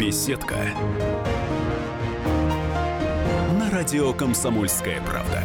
Беседка. На радио «Комсомольская правда».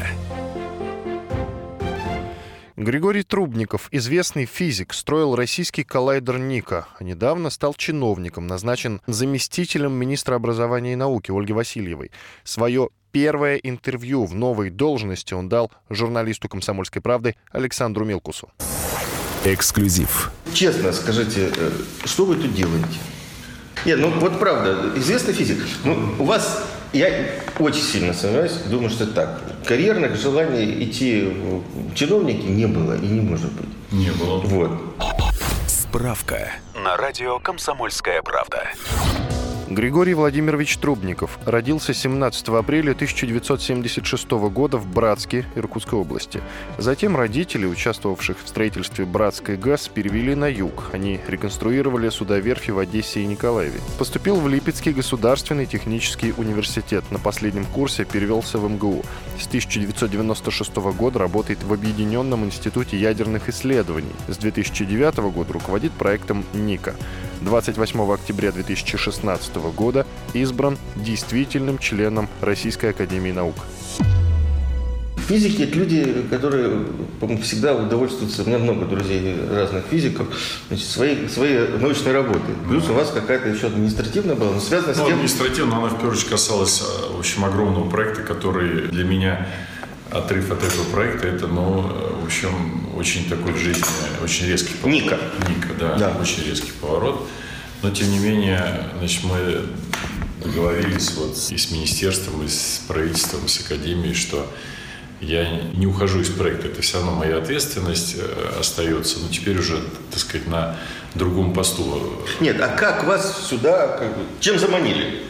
Григорий Трубников, известный физик, строил российский коллайдер Ника, а недавно стал чиновником, назначен заместителем министра образования и науки Ольги Васильевой. Свое первое интервью в новой должности он дал журналисту «Комсомольской правды» Александру Милкусу. Эксклюзив. Честно скажите, что вы тут делаете? Нет, ну вот правда, известный физик. Ну, у вас, я очень сильно сомневаюсь, думаю, что так. Карьерных желаний идти в чиновники не было и не может быть. Не было. Вот. Справка. На радио «Комсомольская правда». Григорий Владимирович Трубников родился 17 апреля 1976 года в Братске Иркутской области. Затем родители, участвовавших в строительстве Братской ГАЗ, перевели на юг. Они реконструировали судоверфи в Одессе и Николаеве. Поступил в Липецкий государственный технический университет. На последнем курсе перевелся в МГУ. С 1996 года работает в Объединенном институте ядерных исследований. С 2009 года руководит проектом «Ника». 28 октября 2016 года избран действительным членом Российской академии наук. Физики – это люди, которые, по-моему, всегда удовольствуются. У меня много друзей разных физиков, значит, своей научной работой. Плюс у вас какая-то еще административная была, но связана с тем… Административно она в первую очередь касалась, в общем, огромного проекта, который для меня… Отрыв от этого проекта, это, в общем, очень такой в жизни, очень резкий поворот. Ника, да, очень резкий поворот. Но, тем не менее, значит, мы договорились и с министерством, и с правительством, и с академией, что я не ухожу из проекта. Это все равно моя ответственность остается, но теперь уже, так сказать, на другом посту. Нет, а как вас сюда, чем заманили?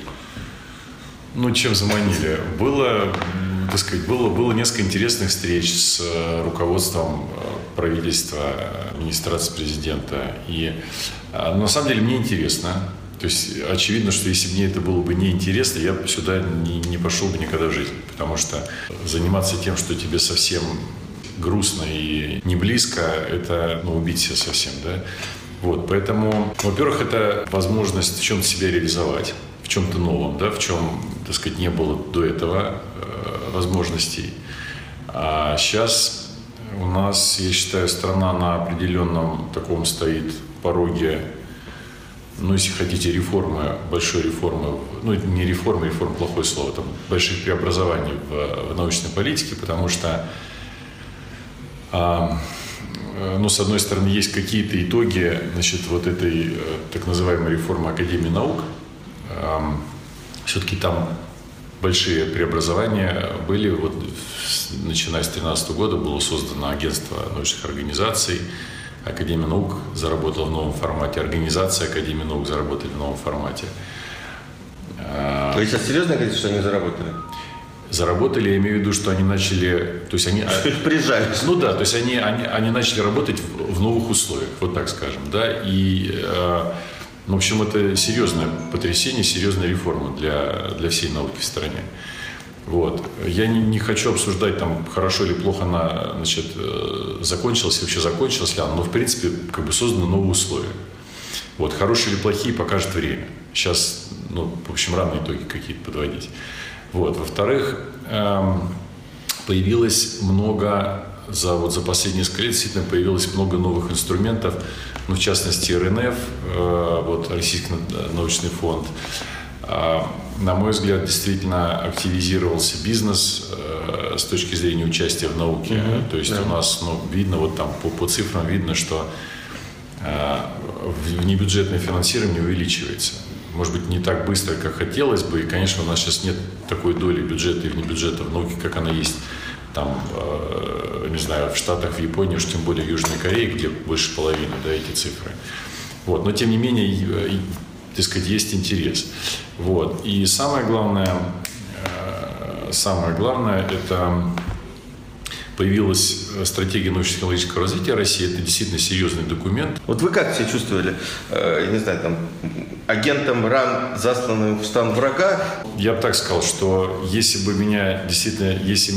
Чем заманили? Было несколько интересных встреч с руководством правительства, администрации президента. И на самом деле мне интересно. То есть очевидно, что если бы мне это было бы неинтересно, я бы сюда не пошел бы никогда в жизни. Потому что заниматься тем, что тебе совсем грустно и не близко, это убить себя совсем. Да? Поэтому, во-первых, это возможность в чем-то себя реализовать. В чем-то новом, в чем, так сказать, не было до этого возможностей. А сейчас у нас, я считаю, страна на определенном таком стоит пороге, если хотите, реформы, большой реформы, не реформа плохое слово, там, больших преобразований в научной политике, потому что, с одной стороны, есть какие-то итоги, этой так называемой реформы Академии наук. Все-таки там большие преобразования были. Начиная с 2013 года было создано агентство научных организаций. Академия наук заработала в новом формате. Организация Академии наук заработали в новом формате. Вы сейчас серьезно говорите, что они заработали? Заработали, я имею в виду, что они начали… То есть они прижались. То есть они начали работать в новых условиях, вот так скажем. Да? И… В общем, это серьезное потрясение, серьезная реформа для всей науки в стране. Я не хочу обсуждать, хорошо или плохо она, закончилась, и вообще закончилась ли она, но, в принципе, созданы новые условия. Хорошие или плохие покажет время. Сейчас, в общем, рано итоги какие-то подводить. Во-вторых, появилось много… За последние несколько лет действительно появилось много новых инструментов, в частности РНФ, Российский научный фонд. На мой взгляд, действительно активизировался бизнес с точки зрения участия в науке. То есть у нас видно, по цифрам видно, что внебюджетное финансирование увеличивается. Может быть, не так быстро, как хотелось бы. И, конечно, у нас сейчас нет такой доли бюджета и внебюджета в науке, как она есть в Штатах, в Японии, уж тем более в Южной Корее, где больше половины, эти цифры. Но тем не менее, так сказать, есть интерес. И самое главное, это появилась стратегия научно-технологического развития России. Это действительно серьезный документ. Вы как себя чувствовали, агентом РАН, засланным в стан врага? Я бы так сказал, что если мне действительно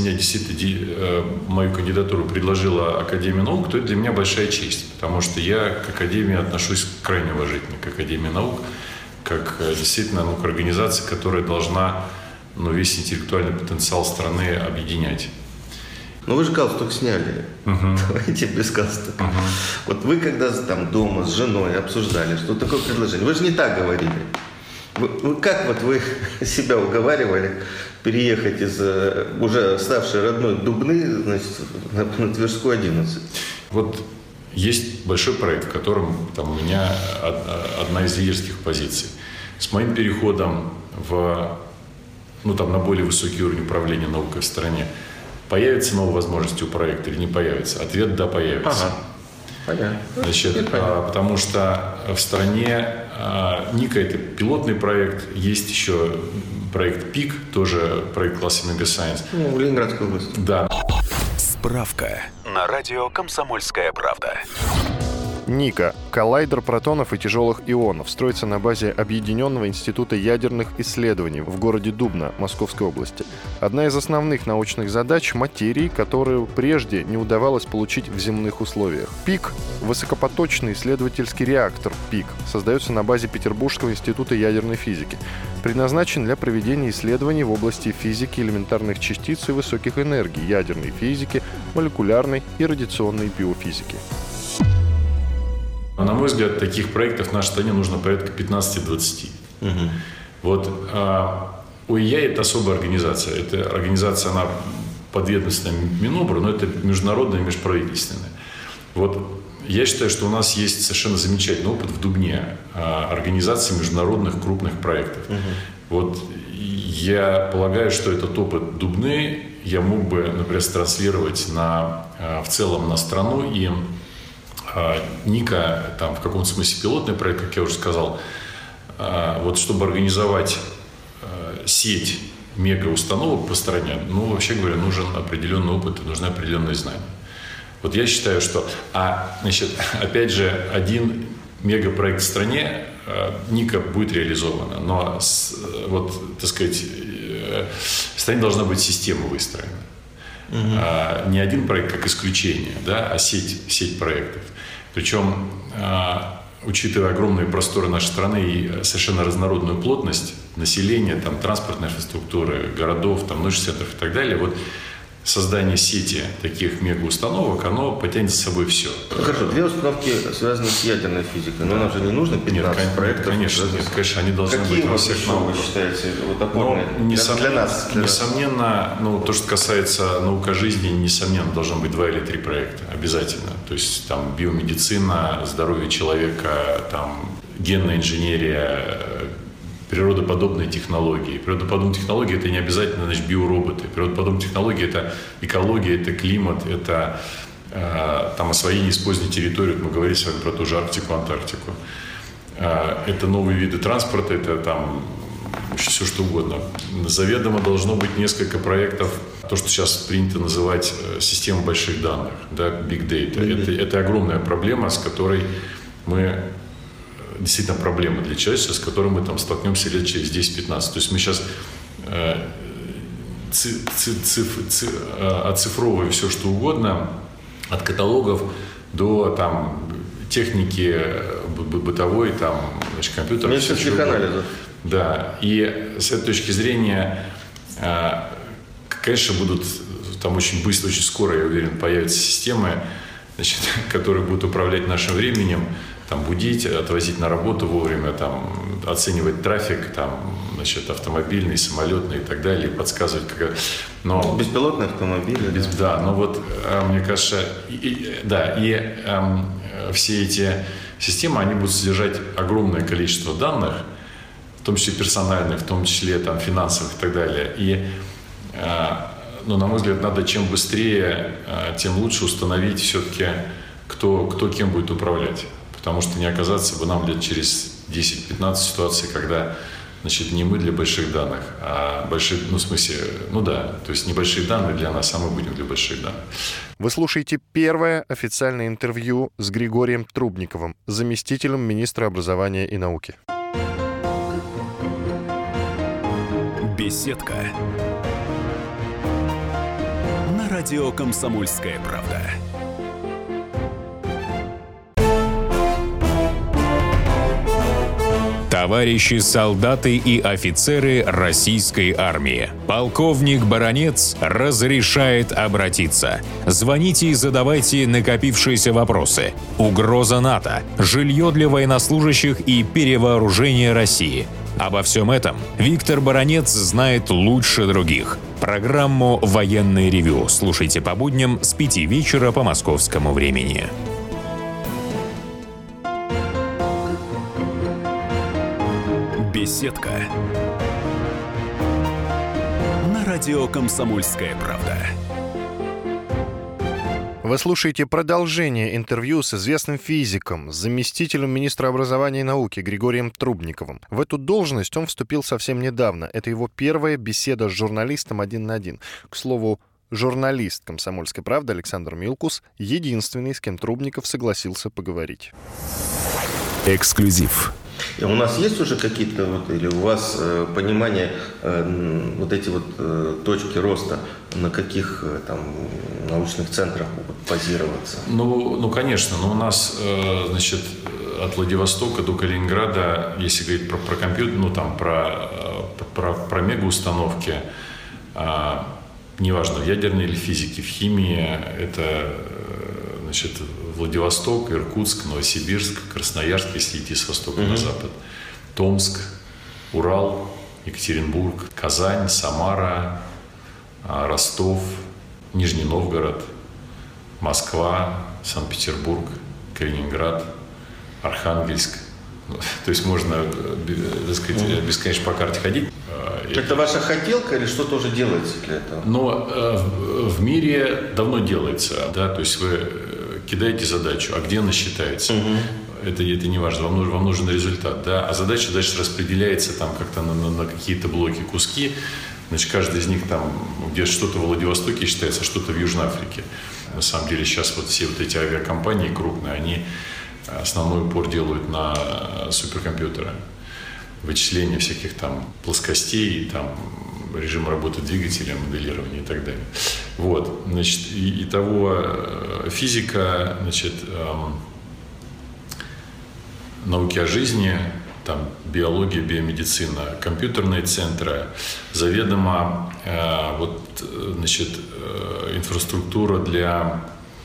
мою кандидатуру предложила Академия наук, то это для меня большая честь, потому что я к Академии отношусь крайне уважительно, к Академии наук. как действительно организация, которая должна весь интеллектуальный потенциал страны объединять. Ну вы же галстук сняли. Давайте без галстука. Вот вы когда там дома с женой обсуждали, что такое предложение, вы же не так говорили. Как вы себя уговаривали переехать из уже ставшей родной Дубны, значит, на Тверскую 11? Вот есть большой проект, в котором у меня одна из лидерских позиций. С моим переходом на более высокий уровень управления наукой в стране появятся новые возможности у проекта или не появятся? Ответ – да, появится. Понятно. Значит, потому что в стране НИКа – это пилотный проект, есть еще проект ПИК, тоже проект класса Mega Science. В Ленинградской области. Да. Справка на радио «Комсомольская правда». НИКа – коллайдер протонов и тяжелых ионов, строится на базе Объединенного института ядерных исследований в городе Дубна Московской области. Одна из основных научных задач – материи, которую прежде не удавалось получить в земных условиях. ПИК – высокопоточный исследовательский реактор ПИК, создается на базе Петербургского института ядерной физики. Предназначен для проведения исследований в области физики элементарных частиц и высоких энергий, ядерной физики, молекулярной и радиационной биофизики. На мой взгляд, таких проектов в нашей стране нужно порядка 15-20. Вот ОИЯ – это особая организация. Эта организация, она подведомственная Минобру, но это международная, межправительственная. Вот я считаю, что у нас есть совершенно замечательный опыт в Дубне организации международных крупных проектов. Вот я полагаю, что этот опыт Дубны я мог бы, например, транслировать в целом на страну. И НИКа в каком-то смысле пилотный проект, как я уже сказал, вот чтобы организовать сеть мегаустановок по стране, вообще говоря, нужен определенный опыт и нужны определенные знания. Вот я считаю, что, опять же, один мегапроект в стране, НИКа будет реализована, но, так сказать, в стране должна быть система выстроена. Не один проект как исключение, а сеть проектов. Причем, учитывая огромные просторы нашей страны и совершенно разнородную плотность населения, транспортной инфраструктуры, городов, научных центров и так далее, вот создание сети таких мегаустановок, оно потянет за собой все. Хорошо, 2 установки связаны с ядерной физикой, но нам же не нужно 15 проектов. Конечно, они должны быть во всех науках. Какие вы считаете опорные для нас? Несомненно, то, что касается наук о жизни, несомненно, должно быть 2 или 3 проекта, обязательно. То есть биомедицина, здоровье человека, генная инженерия, природоподобные технологии. Природоподобные технологии – это не обязательно, биороботы. Природоподобные технологии – это экология, это климат, это освоение, использование территории. Мы говорили с вами про ту же Арктику, Антарктику. Это новые виды транспорта, это все что угодно. Заведомо должно быть несколько проектов. То, что сейчас принято называть системой больших данных, big data. Это огромная проблема, с которой мы... Действительно проблема для человечества, с которой мы столкнемся лет через 10-15. То есть мы сейчас оцифровываем все, что угодно, от каталогов до техники бытовой, компьютеров. Месячных анализов. Да. И с этой точки зрения, конечно, будут очень быстро, очень скоро, я уверен, появятся системы, которые будут управлять нашим временем, будить, отвозить на работу вовремя, оценивать трафик, автомобильный, самолетный и так далее, подсказывать, но беспилотные автомобили. Мне кажется, все эти системы, они будут содержать огромное количество данных, в том числе персональных, в том числе финансовых и так далее. И, на мой взгляд, надо чем быстрее, тем лучше установить все-таки, кто кем будет управлять. Потому что не оказаться бы нам лет через 10-15 ситуаций, когда, не мы для больших данных, а большие, то есть небольшие данные для нас, а мы будем для больших данных. Вы слушаете первое официальное интервью с Григорием Трубниковым, заместителем министра образования и науки. Беседка. На радио «Комсомольская правда». Товарищи солдаты и офицеры российской армии, полковник Баранец разрешает обратиться. Звоните и задавайте накопившиеся вопросы. Угроза НАТО, жилье для военнослужащих и перевооружение России. Обо всем этом Виктор Баранец знает лучше других. Программу «Военное ревю» слушайте по будням с 5 вечера по московскому времени. Беседка. На радио «Комсомольская правда». Вы слушаете продолжение интервью с известным физиком, заместителем министра образования и науки Григорием Трубниковым. В эту должность он вступил совсем недавно. Это его первая беседа с журналистом 1 на 1. К слову, журналист «Комсомольской правды» Александр Милкус единственный, с кем Трубников согласился поговорить. Эксклюзив. У нас есть уже какие-то, или у вас понимание, эти точки роста, на каких там научных центрах могут базироваться? Ну, конечно. Но у нас, от Владивостока до Калининграда, если говорить про компьютер, про мегаустановки, неважно, в ядерной или физике, в химии, это, Владивосток, Иркутск, Новосибирск, Красноярск, если идти с востока на запад, Томск, Урал, Екатеринбург, Казань, Самара, Ростов, Нижний Новгород, Москва, Санкт-Петербург, Калининград, Архангельск. То есть можно, бесконечно по карте ходить. Это ваша хотелка или что тоже делается для этого? Но в мире давно делается, да, то есть вы кидаете задачу, а где она считается? Это не важно, вам нужен результат, да, а задача дальше распределяется там как-то на какие-то блоки, куски, значит, каждый из них там, где что-то в Владивостоке считается, а что-то в Южной Африке. На самом деле сейчас все эти авиакомпании крупные, они основной упор делают на суперкомпьютеры, вычисление всяких там плоскостей, там режим работы двигателя, моделирования и так далее. Вот, значит, итого физика, науки о жизни, там биология, биомедицина, компьютерные центры, заведомо инфраструктура для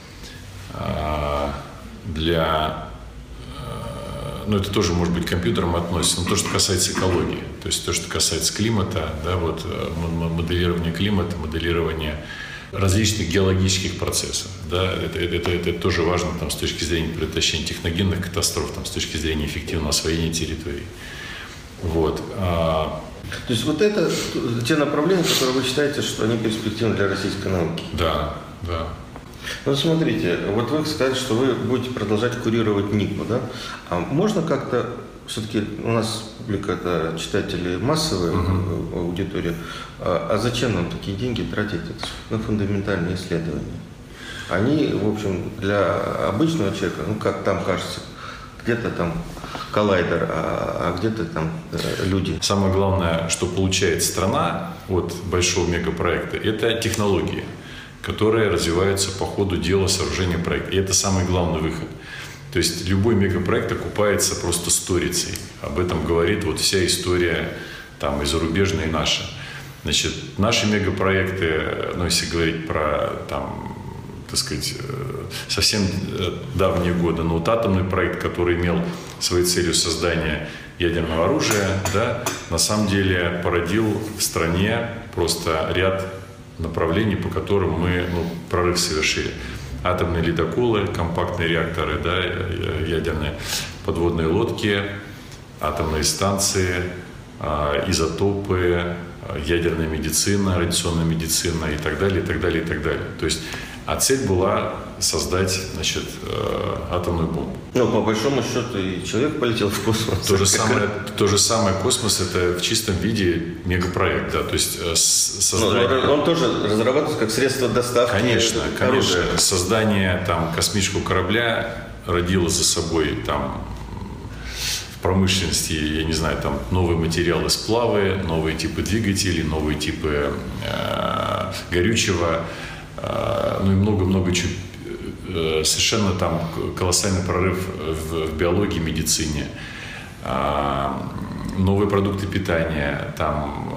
это тоже, может быть, к компьютерам относится, но то, что касается экологии, то есть то, что касается климата, да, моделирование климата, моделирование различных геологических процессов, да, это тоже важно там, с точки зрения предотвращения техногенных катастроф, там, с точки зрения эффективного освоения территорий. Вот. То есть это те направления, которые вы считаете, что они перспективны для российской науки? Да. Ну, смотрите, вы сказали, что вы будете продолжать курировать НИКу, да? А можно как-то, все-таки у нас публика – это читатели массовая аудитория, а зачем нам такие деньги тратить на фундаментальные исследования? Они, в общем, для обычного человека, как там кажется, где-то там коллайдер, а где-то там люди. Самое главное, что получает страна от большого мегапроекта – это технологии, которые развиваются по ходу дела сооружения проекта. И это самый главный выход. То есть любой мегапроект окупается просто сторицей. Об этом говорит вся история там, и зарубежная, и наша. Значит, наши мегапроекты, если говорить про совсем давние годы, атомный проект, который имел своей целью создание ядерного оружия, да, на самом деле породил в стране просто ряд направлений, по которым мы прорыв совершили. Атомные ледоколы, компактные реакторы, да, ядерные подводные лодки, атомные станции, изотопы, ядерная медицина, радиационная медицина и так далее, и так далее, и так далее. То есть, цель была создать, атомную бомбу. По большому счету и человек полетел в космос. То же самое космос – это в чистом виде мегапроект, да, то есть создание… Он тоже разрабатывается как средство доставки. Конечно. Создание космического корабля родило за собой в промышленности, я не знаю, новые материалы, сплавы, новые типы двигателей, новые типы горючего, и много-много чего. Совершенно колоссальный прорыв в биологии, медицине. новые продукты питания, там,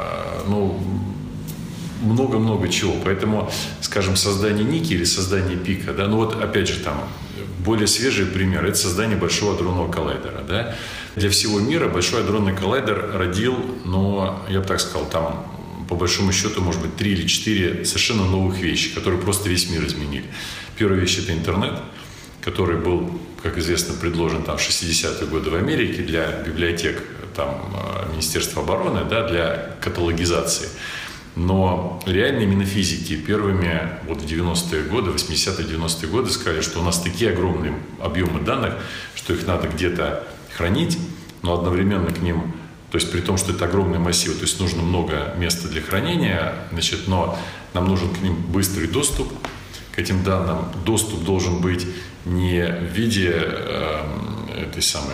много-много чего. Поэтому, скажем, создание Ники или создание Пика, да, опять же, там, более свежий пример – это создание Большого адронного коллайдера, да. Для всего мира Большой адронный коллайдер родил, я бы так сказал, там, по большому счету, может быть, 3 или 4 совершенно новых вещи, которые просто весь мир изменили. Первая вещь – это интернет, который был, как известно, предложен там, в 60-е годы в Америке для библиотек там, Министерства обороны, да, для каталогизации. Но реально именно физики первыми в 90-е годы, 80-е, 90-е годы сказали, что у нас такие огромные объемы данных, что их надо где-то хранить, но одновременно к ним, то есть при том, что это огромный массив, то есть нужно много места для хранения, но нам нужен к ним быстрый доступ к этим данным. Доступ должен быть не в виде этой самой,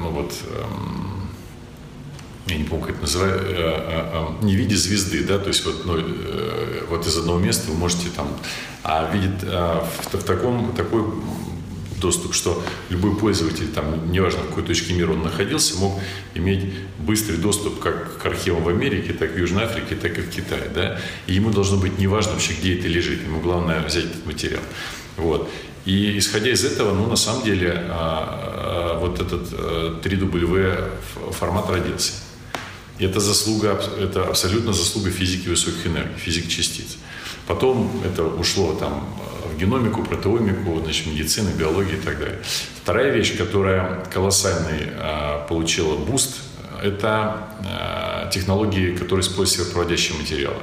я не помню, как это называется, не в виде звезды, да, то есть из одного места вы можете там, такой доступ, что любой пользователь, там, неважно, в какой точке мира он находился, мог иметь быстрый доступ как к архивам в Америке, так и в Южной Африке, так и в Китае, да, и ему должно быть неважно вообще, где это лежит, ему главное взять этот материал, И исходя из этого, на самом деле, этот 3W формат родился. И это абсолютно заслуга физики высоких энергий, физики частиц. Потом это ушло там, в геномику, протеомику, медицину, биологию и так далее. Вторая вещь, которая колоссальный получила буст, это технологии, которые используют сверхпроводящие материалы.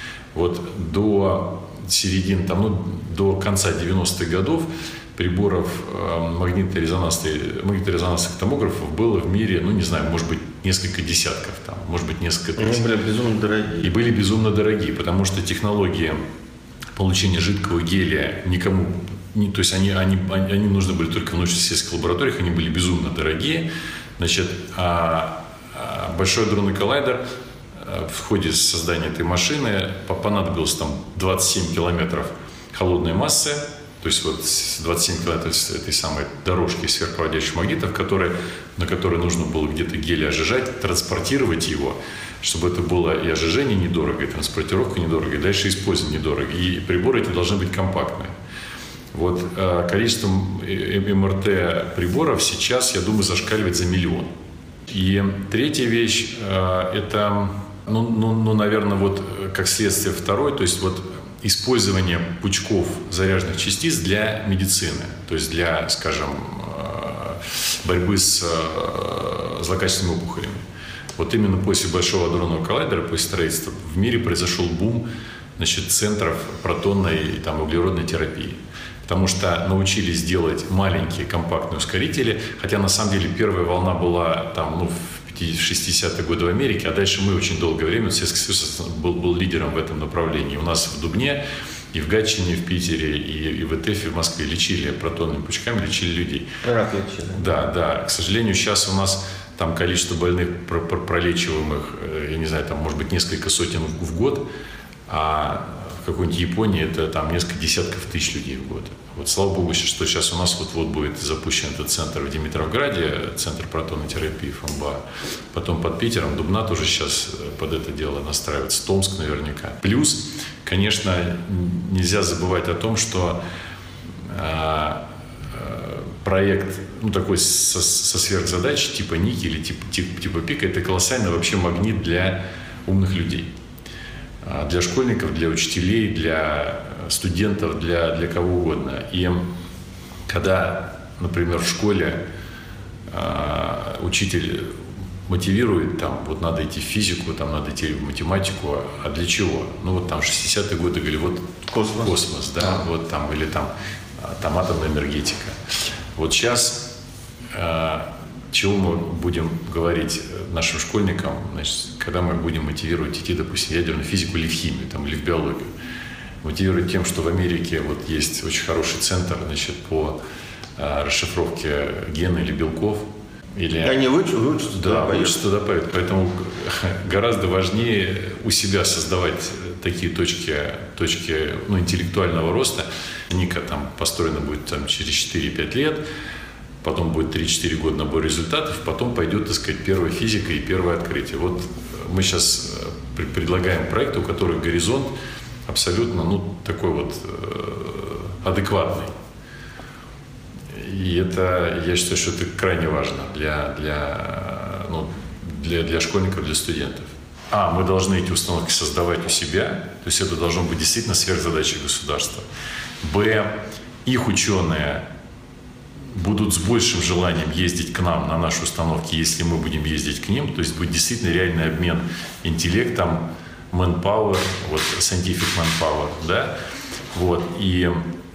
До середины, до конца 90-х годов приборов магнитно-резонансных томографов было в мире, может быть, несколько десятков, может быть, несколько тысяч. Они были безумно дорогие. И были безумно дорогие, потому что технологии получения жидкого гелия никому, то есть они нужны были только в научно-исследовательских лабораториях, они были безумно дорогие. Большой адронный коллайдер в ходе создания этой машины понадобилось 27 километров холодной массы, то есть 27 километров этой самой дорожки сверхпроводящих магнитов, на которые нужно было где-то гелий ожижать, транспортировать его, чтобы это было и ожижение недорого, и транспортировка недорого, и дальше использование недорого. И приборы эти должны быть компактные. Количество МРТ приборов сейчас, я думаю, зашкаливает за 1 миллион. И третья вещь, это, наверное, как следствие второй, то есть использование пучков заряженных частиц для медицины, то есть для, скажем, борьбы с злокачественными опухолями. Именно после Большого адронного коллайдера, после строительства, в мире произошел бум, центров протонной и углеродной терапии. Потому что научились делать маленькие компактные ускорители, хотя на самом деле первая волна была в 60-е годы в Америке, а дальше мы очень долгое время, Советский Союз был лидером в этом направлении. У нас в Дубне, и в Гатчине, и в Питере, и в ИТЭФе, в Москве лечили протонными пучками, лечили людей. Рак лечили. Да. К сожалению, сейчас у нас количество больных пролечиваемых, я не знаю, может быть, несколько сотен в год, а в какой-нибудь Японии это несколько десятков тысяч людей в год. Слава богу, что сейчас у нас будет запущен этот центр в Димитровграде, центр протонной терапии ФМБА. Потом под Питером, Дубна тоже сейчас под это дело настраивается, Томск наверняка. Плюс, конечно, нельзя забывать о том, что проект, такой со сверхзадач типа Ники или типа Пика, это колоссальный вообще магнит для умных людей. Для школьников, для учителей, для студентов, для кого угодно. И когда, например, в школе учитель мотивирует, надо идти в физику, надо идти в математику, а для чего? 60-е годы говорили, космос, да, или атомная энергетика. Сейчас, чего мы будем говорить нашим школьникам, когда мы будем мотивировать идти, допустим, в ядерную физику или в химию, или в биологию. Мотивировать тем, что в Америке есть очень хороший центр, по расшифровке гена или белков. Они учатся туда поедут. Поэтому гораздо важнее у себя создавать такие точки интеллектуального роста. Ника построена будет через 4-5 лет. потом будет 3-4 года набор результатов, потом пойдет, так сказать, первая физика и первое открытие. Вот мы сейчас предлагаем проект, у которого горизонт абсолютно, такой вот адекватный. И это, я считаю, что это крайне важно для школьников, для студентов. Мы должны эти установки создавать у себя, то есть это должно быть действительно сверхзадачей государства. Их ученые будут с большим желанием ездить к нам на наши установки, если мы будем ездить к ним, то есть будет действительно реальный обмен интеллектом, manpower, scientific manpower, да, и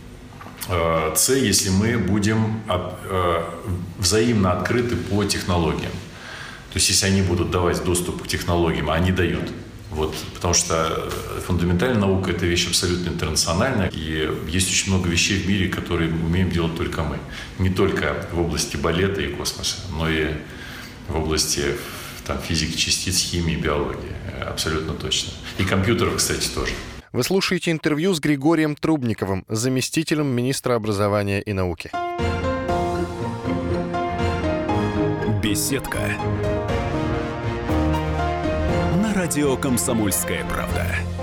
если мы будем взаимно открыты по технологиям. То есть, если они будут давать доступ к технологиям, а они дают. Потому что фундаментальная наука – это вещь абсолютно интернациональная. И есть очень много вещей в мире, которые умеем делать только мы. Не только в области балета и космоса, но и в области физики частиц, химии, биологии. Абсолютно точно. И компьютеров, кстати, тоже. Вы слушаете интервью с Григорием Трубниковым, заместителем министра образования и науки. Беседка. На радио «Комсомольская правда».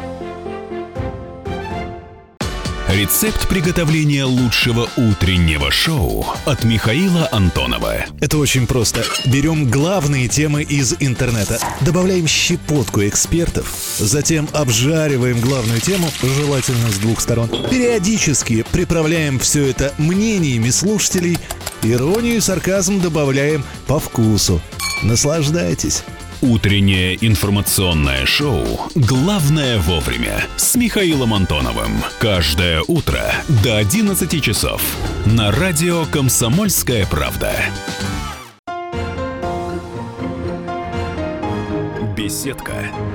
Рецепт приготовления лучшего утреннего шоу от Михаила Антонова. Это очень просто. Берем главные темы из интернета, добавляем щепотку экспертов, затем обжариваем главную тему, желательно с двух сторон. Периодически приправляем все это мнениями слушателей, иронию и сарказм добавляем по вкусу. Наслаждайтесь. Утреннее информационное шоу «Главное вовремя» с Михаилом Антоновым. Каждое утро до 11 часов на радио «Комсомольская правда». Беседка.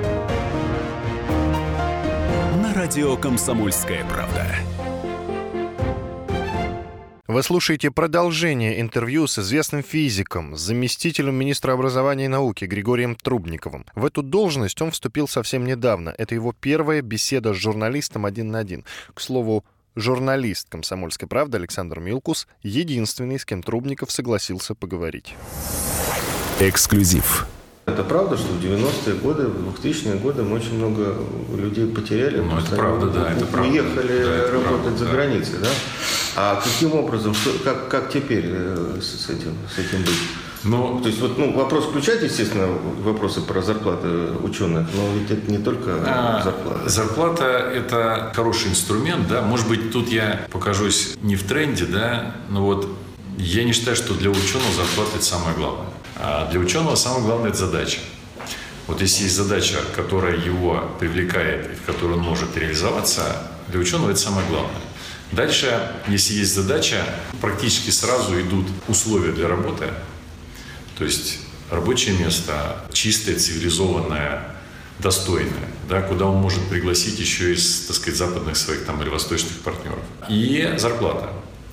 На радио «Комсомольская правда». Вы слушаете продолжение интервью с известным физиком, заместителем министра образования и науки Григорием Трубниковым. В эту должность он вступил совсем недавно. Это его первая беседа с журналистом 1 на 1. К слову, журналист «Комсомольской правды» Александр Милкус единственный, с кем Трубников согласился поговорить. Эксклюзив. Это правда, что в 90-е годы, в 2000-е годы мы очень много людей потеряли? Это правда, да, это правда. Уехали работать за границей, да? А каким образом, как теперь с этим быть? То есть вопрос включать, естественно, вопросы про зарплаты ученых, но ведь это не только зарплата. Зарплата – это хороший инструмент, да. Может быть, тут я покажусь не в тренде, да, но я не считаю, что для ученого зарплата – это самое главное. А для ученого самое главное – это задача. Если есть задача, которая его привлекает и в которой он может реализоваться, для ученого это самое главное. Дальше, если есть задача, практически сразу идут условия для работы. То есть рабочее место чистое, цивилизованное, достойное, да, куда он может пригласить еще из, западных своих или восточных партнеров. И зарплата.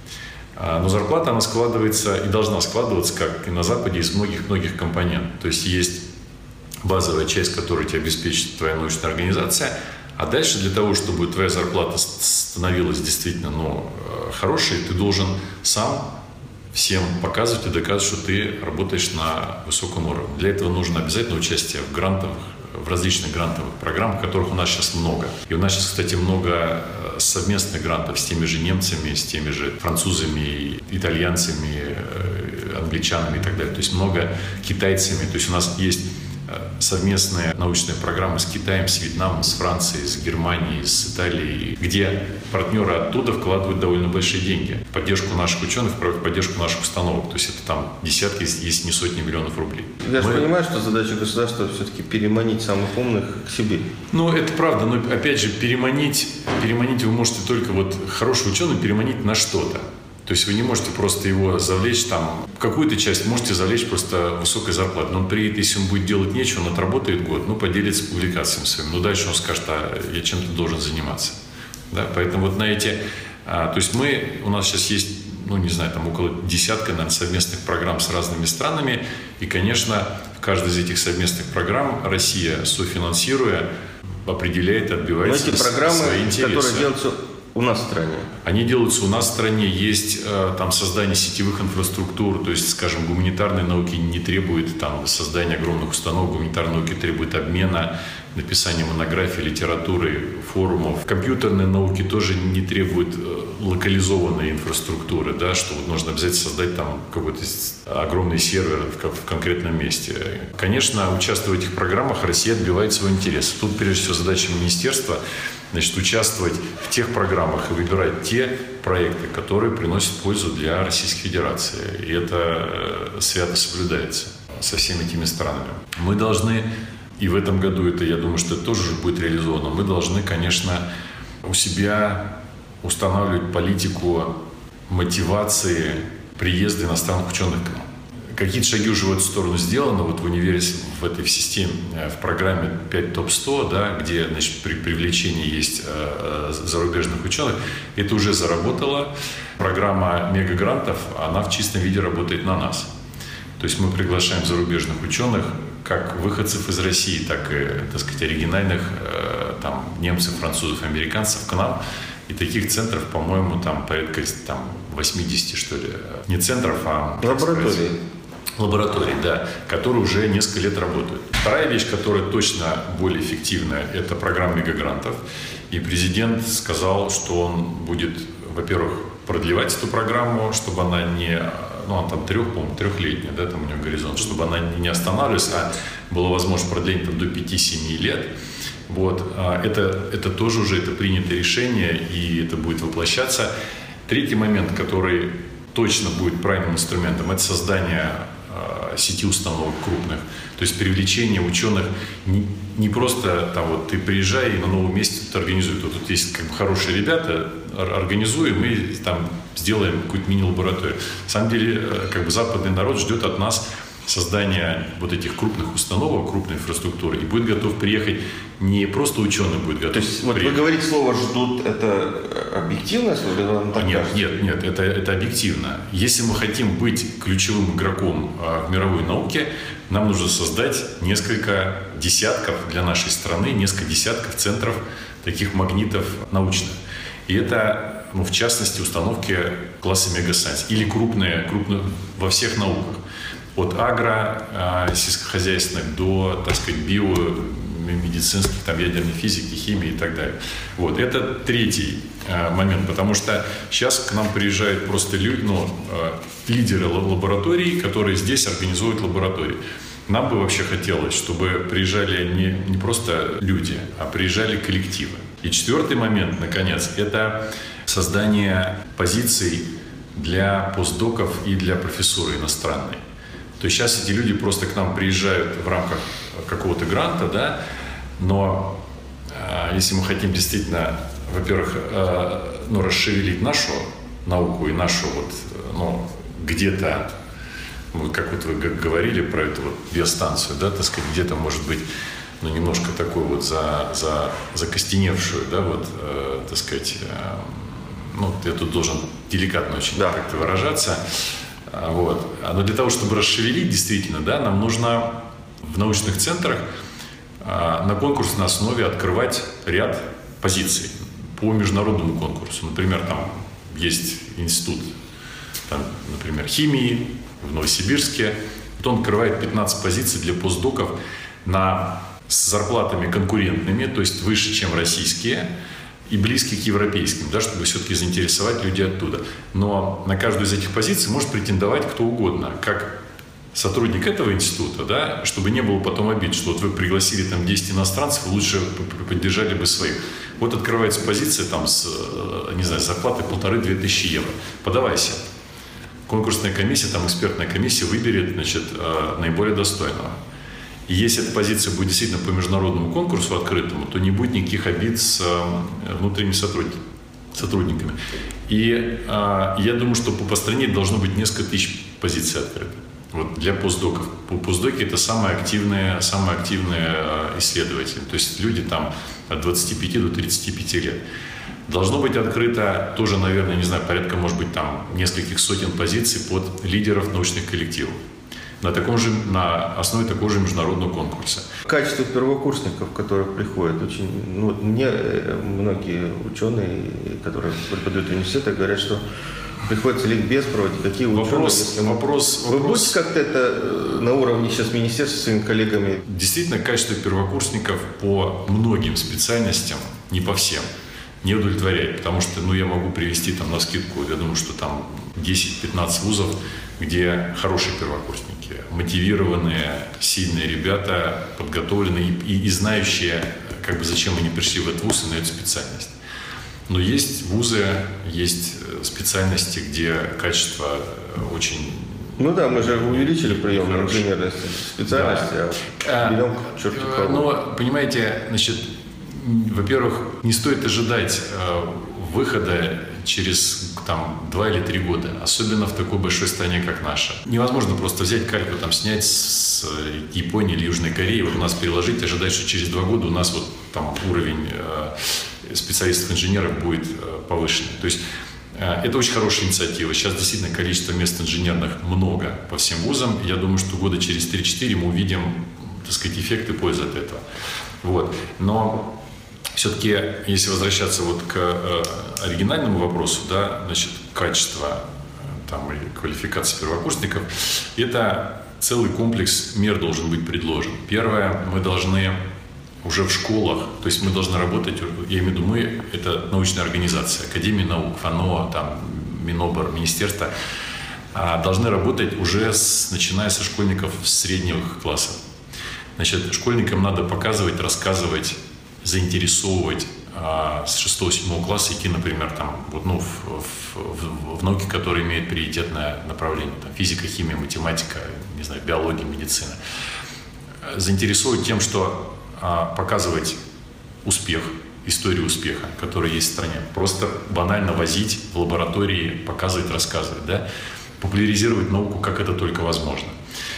Но зарплата, она складывается и должна складываться, как и на Западе, из многих-многих компонентов. То есть базовая часть, которая тебе обеспечит твоя научная организация, а дальше для того, чтобы твоя зарплата становилась действительно хорошей, ты должен сам всем показывать и доказывать, что ты работаешь на высоком уровне. Для этого нужно обязательно участие в различных грантовых программах, которых у нас сейчас много. И у нас сейчас, кстати, много совместных грантов с теми же немцами, с теми же французами, итальянцами, англичанами и так далее. То есть много китайцами. То есть у нас есть совместные научные программы с Китаем, с Вьетнамом, с Францией, с Германией, с Италией, где партнеры оттуда вкладывают довольно большие деньги в поддержку наших ученых, в поддержку наших установок. То есть это десятки, если не сотни миллионов рублей. Я же понимаю, что задача государства все-таки переманить самых умных к себе. Это правда, но опять же переманить вы можете только хорошего ученого переманить на что-то. То есть вы не можете просто его завлечь какую-то часть можете завлечь просто высокой зарплатой. Но он приедет, если он будет делать нечего, он отработает год, поделится публикациями своими. Дальше он скажет, я чем-то должен заниматься. Да? Поэтому на эти... То есть у нас сейчас есть, около десятка, наверное, совместных программ с разными странами. И, конечно, в каждой из этих совместных программ Россия, софинансируя, определяет, отбивается свои интересы. Эти программы, которые делаются у нас в стране? Они делаются у нас в стране. Есть там создание сетевых инфраструктур, то есть, скажем, гуманитарные науки не требует там создания огромных установок, гуманитарные науки требуют обмена, написания монографий, литературы, форумов. Компьютерные науки тоже не требуют локализованной инфраструктуры, да, что вот нужно обязательно создать там какой-то огромный сервер в конкретном месте. Конечно, участвуя в этих программах, Россия отбивает свой интерес. Тут, прежде всего, задача министерства, значит, участвовать в тех программах и выбирать те проекты, которые приносят пользу для Российской Федерации. И это свято соблюдается со всеми этими странами. Мы должны, и в этом году это, я думаю, что это тоже будет реализовано, мы должны, конечно, у себя устанавливать политику мотивации приезда иностранных ученых к нам. Какие-то шаги уже в эту сторону сделаны. Вот в универе, в этой системе, в программе 5 ТОП-100, да, где, значит, при привлечении есть зарубежных ученых, это уже заработало. Программа мегагрантов, она в чистом виде работает на нас. То есть мы приглашаем зарубежных ученых, как выходцев из России, так и, так сказать, оригинальных там, немцев, французов, американцев к нам. И таких центров, по-моему, там порядка там, 80, что ли. Не центров, а лабораторий, да, которые уже несколько лет работают. Вторая вещь, которая точно более эффективная, это программа мегагрантов. И президент сказал, что он будет, во-первых, продлевать эту программу, чтобы она не... Ну, она там трехлетняя, да, там у нее горизонт, чтобы она не останавливалась, а было возможно продление там, до 5-7 лет. Вот. Это тоже уже это принятое решение, и это будет воплощаться. Третий момент, который точно будет правильным инструментом, это создание сети установок крупных. То есть привлечение ученых не просто там вот ты приезжай и на новом месте тут организуй. Тут есть как бы хорошие ребята, организуем и там сделаем какую-то мини-лабораторию. На самом деле, как бы западный народ ждет от нас создания вот этих крупных установок, крупной инфраструктуры, и будет готов приехать не просто ученый будет готов. То есть вот вы говорите слово «ждут», это объективно? Нет, это объективно. Если мы хотим быть ключевым игроком в мировой науке, нам нужно создать несколько десятков для нашей страны, несколько десятков центров таких магнитов научных. И это, ну, в частности, установки класса мегасайенс или крупные во всех науках. От сельскохозяйственных до, так сказать, биомедицинских, там, ядерной физики, химии и так далее. Вот. Это третий момент, потому что сейчас к нам приезжают просто люди, лидеры лабораторий, которые здесь организуют лаборатории. Нам бы вообще хотелось, чтобы приезжали не просто люди, а приезжали коллективы. И четвертый момент, наконец, это создание позиций для постдоков и для профессуры иностранной. То есть сейчас эти люди просто к нам приезжают в рамках какого-то гранта, да, но если мы хотим действительно, во-первых, расшевелить нашу науку и нашу где-то, как вот вы говорили про эту вот биостанцию, да, так сказать, где-то, может быть, немножко такую вот закостеневшую, да, вот, так сказать, я тут должен деликатно очень как-то выражаться. Вот. Но для того, чтобы расшевелить, действительно, да, нам нужно в научных центрах на конкурсной основе открывать ряд позиций по международному конкурсу. Например, там есть институт, там, например, химии в Новосибирске. Вот он открывает 15 позиций для постдоков с зарплатами конкурентными, то есть выше, чем российские, и близкие к европейским, да, чтобы все-таки заинтересовать людей оттуда. Но на каждую из этих позиций может претендовать кто угодно, как сотрудник этого института, да, чтобы не было потом обид, что вот вы пригласили там 10 иностранцев, лучше поддержали бы своих. Вот открывается позиция там с зарплатой 1500-2000 евро. Подавайся. Конкурсная комиссия, там экспертная комиссия выберет, наиболее достойного. И если эта позиция будет действительно по международному конкурсу открытому, то не будет никаких обид с внутренними сотрудниками. И я думаю, что по стране должно быть несколько тысяч позиций открыто. Вот для постдоков. Постдоки — это самые активные исследователи. То есть люди там от 25 до 35 лет. Должно быть открыто тоже, наверное, порядка, может быть, там нескольких сотен позиций под лидеров научных коллективов. на основе такого же международного конкурса. Качество первокурсников, которые приходят, очень, мне многие ученые, которые преподают в университете, говорят, что приходится ликбез проводить. Какие вопрос. Вы будете как-то это на уровне сейчас министерства с своими коллегами? Действительно, качество первокурсников по многим специальностям, не по всем, не удовлетворяет. Потому что, я могу привести там навскидку, я думаю, что там 10-15 вузов, где хорошие первокурсники, мотивированные, сильные ребята, подготовленные и знающие, зачем они пришли в этот вуз и на эту специальность. Но есть вузы, есть специальности, где качество очень... мы же увеличили прием на инженерные специальности, берем черти кого. Но, понимаете, во-первых, не стоит ожидать выхода через 2 или 3 года, особенно в такой большой стране, как наша. Невозможно просто взять кальку, снять с Японии или Южной Кореи, у нас переложить, ожидать, что через 2 года у нас уровень специалистов-инженеров будет повышенный. То есть это очень хорошая инициатива. Сейчас действительно количество мест инженерных много по всем вузам. Я думаю, что года через 3-4 мы увидим, эффект и пользу от этого. Но все-таки, если возвращаться к оригинальному вопросу, качество и квалификации первокурсников, это целый комплекс мер должен быть предложен. Первое, мы должны уже в школах, то есть мы должны работать, я имею в виду мы, это научная организация, Академия наук, ФАНО, Минобр, министерство, должны работать уже начиная со школьников средних классов. Школьникам надо показывать, рассказывать, заинтересовывать с 6-7 класса идти, например, в науки, которые имеют приоритетное направление, физика, химия, математика, биология, медицина. Заинтересовывать тем, что показывать успех, историю успеха, который есть в стране. Просто банально возить в лаборатории, показывать, рассказывать, популяризировать науку, как это только возможно.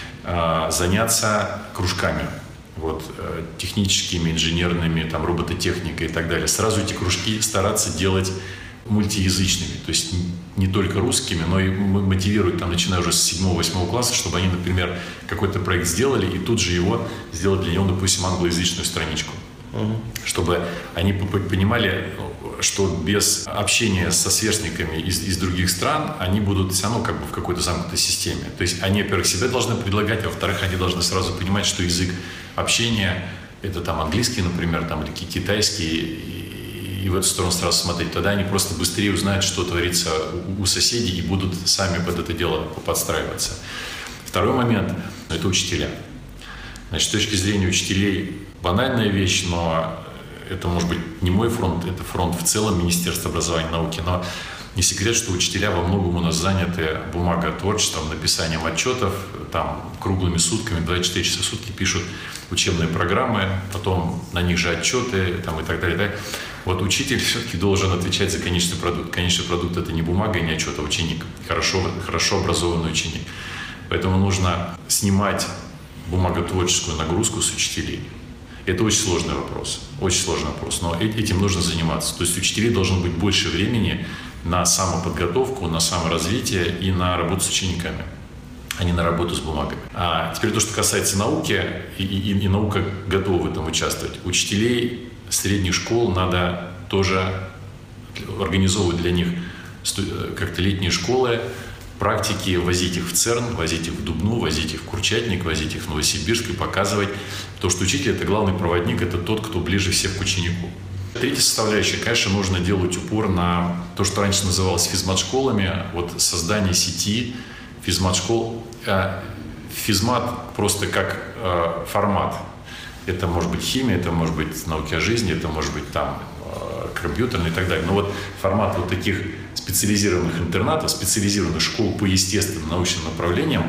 Заняться кружками, техническими, инженерными, робототехникой и так далее. Сразу эти кружки стараться делать мультиязычными, то есть не только русскими, но и мотивировать, начиная уже с 7-8 класса, чтобы они, например, какой-то проект сделали и тут же его сделать для него, допустим, англоязычную страничку. Чтобы они понимали, что без общения со сверстниками из других стран они будут все равно в какой-то замкнутой системе. То есть они, во-первых, себя должны предлагать, а во-вторых, они должны сразу понимать, что язык общения – это английский, например, или китайский, и в эту сторону сразу смотреть. Тогда они просто быстрее узнают, что творится у соседей, и будут сами под это дело подстраиваться. Второй момент – это учителя. С точки зрения учителей банальная вещь, но это может быть не мой фронт, это фронт в целом Министерства образования и науки, но не секрет, что учителя во многом у нас заняты бумаготворчеством, написанием отчетов, круглыми сутками, 24 часа в сутки пишут учебные программы, потом на них же отчеты и так далее. Учитель все-таки должен отвечать за конечный продукт. Конечный продукт – это не бумага, не отчет, а ученик, хорошо образованный ученик. Поэтому нужно снимать бумаготворческую нагрузку с учителей. Это очень сложный вопрос, но этим нужно заниматься. То есть у учителей должно быть больше времени на самоподготовку, на саморазвитие и на работу с учениками, а не на работу с бумагами. А теперь то, что касается науки, и наука готова в этом участвовать. Учителей средних школ надо тоже организовывать для них как-то летние школы, практики, возить их в ЦЕРН, возить их в Дубну, возить их в Курчатник, возить их в Новосибирск и показывать то, что учитель – это главный проводник, это тот, кто ближе всех к ученику. Третья составляющая, конечно, нужно делать упор на то, что раньше называлось физмат-школами, создание сети физмат-школ. Физмат просто как формат. Это может быть химия, это может быть науки о жизни, это может быть компьютерный и так далее. Но формат таких специализированных интернатов, специализированных школ по естественным научным направлениям,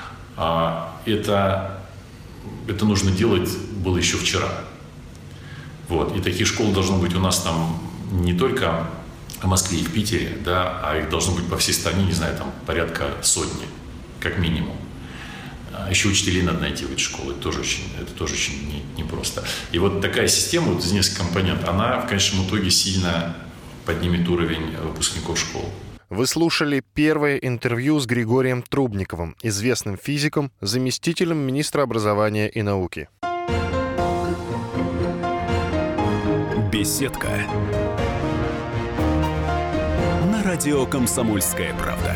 это нужно делать было еще вчера. И таких школ должно быть у нас не только в Москве и в Питере, а их должно быть по всей стране, порядка сотни, как минимум. Еще учителей надо найти в эти школы, это тоже очень непросто. И такая система, из нескольких компонентов, она в конечном итоге сильно поднимет уровень выпускников школ. Вы слушали первое интервью с Григорием Трубниковым, известным физиком, заместителем министра образования и науки. Беседка. На радио «Комсомольская правда».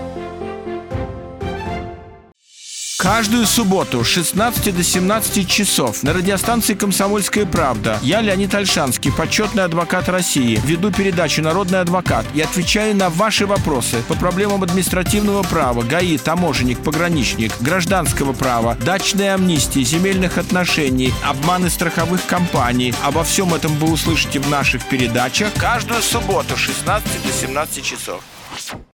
Каждую субботу с 16 до 17 часов на радиостанции «Комсомольская правда» я, Леонид Ольшанский, почетный адвокат России, веду передачу «Народный адвокат» и отвечаю на ваши вопросы по проблемам административного права, ГАИ, таможенник, пограничник, гражданского права, дачной амнистии, земельных отношений, обманы страховых компаний. Обо всем этом вы услышите в наших передачах каждую субботу с 16 до 17 часов.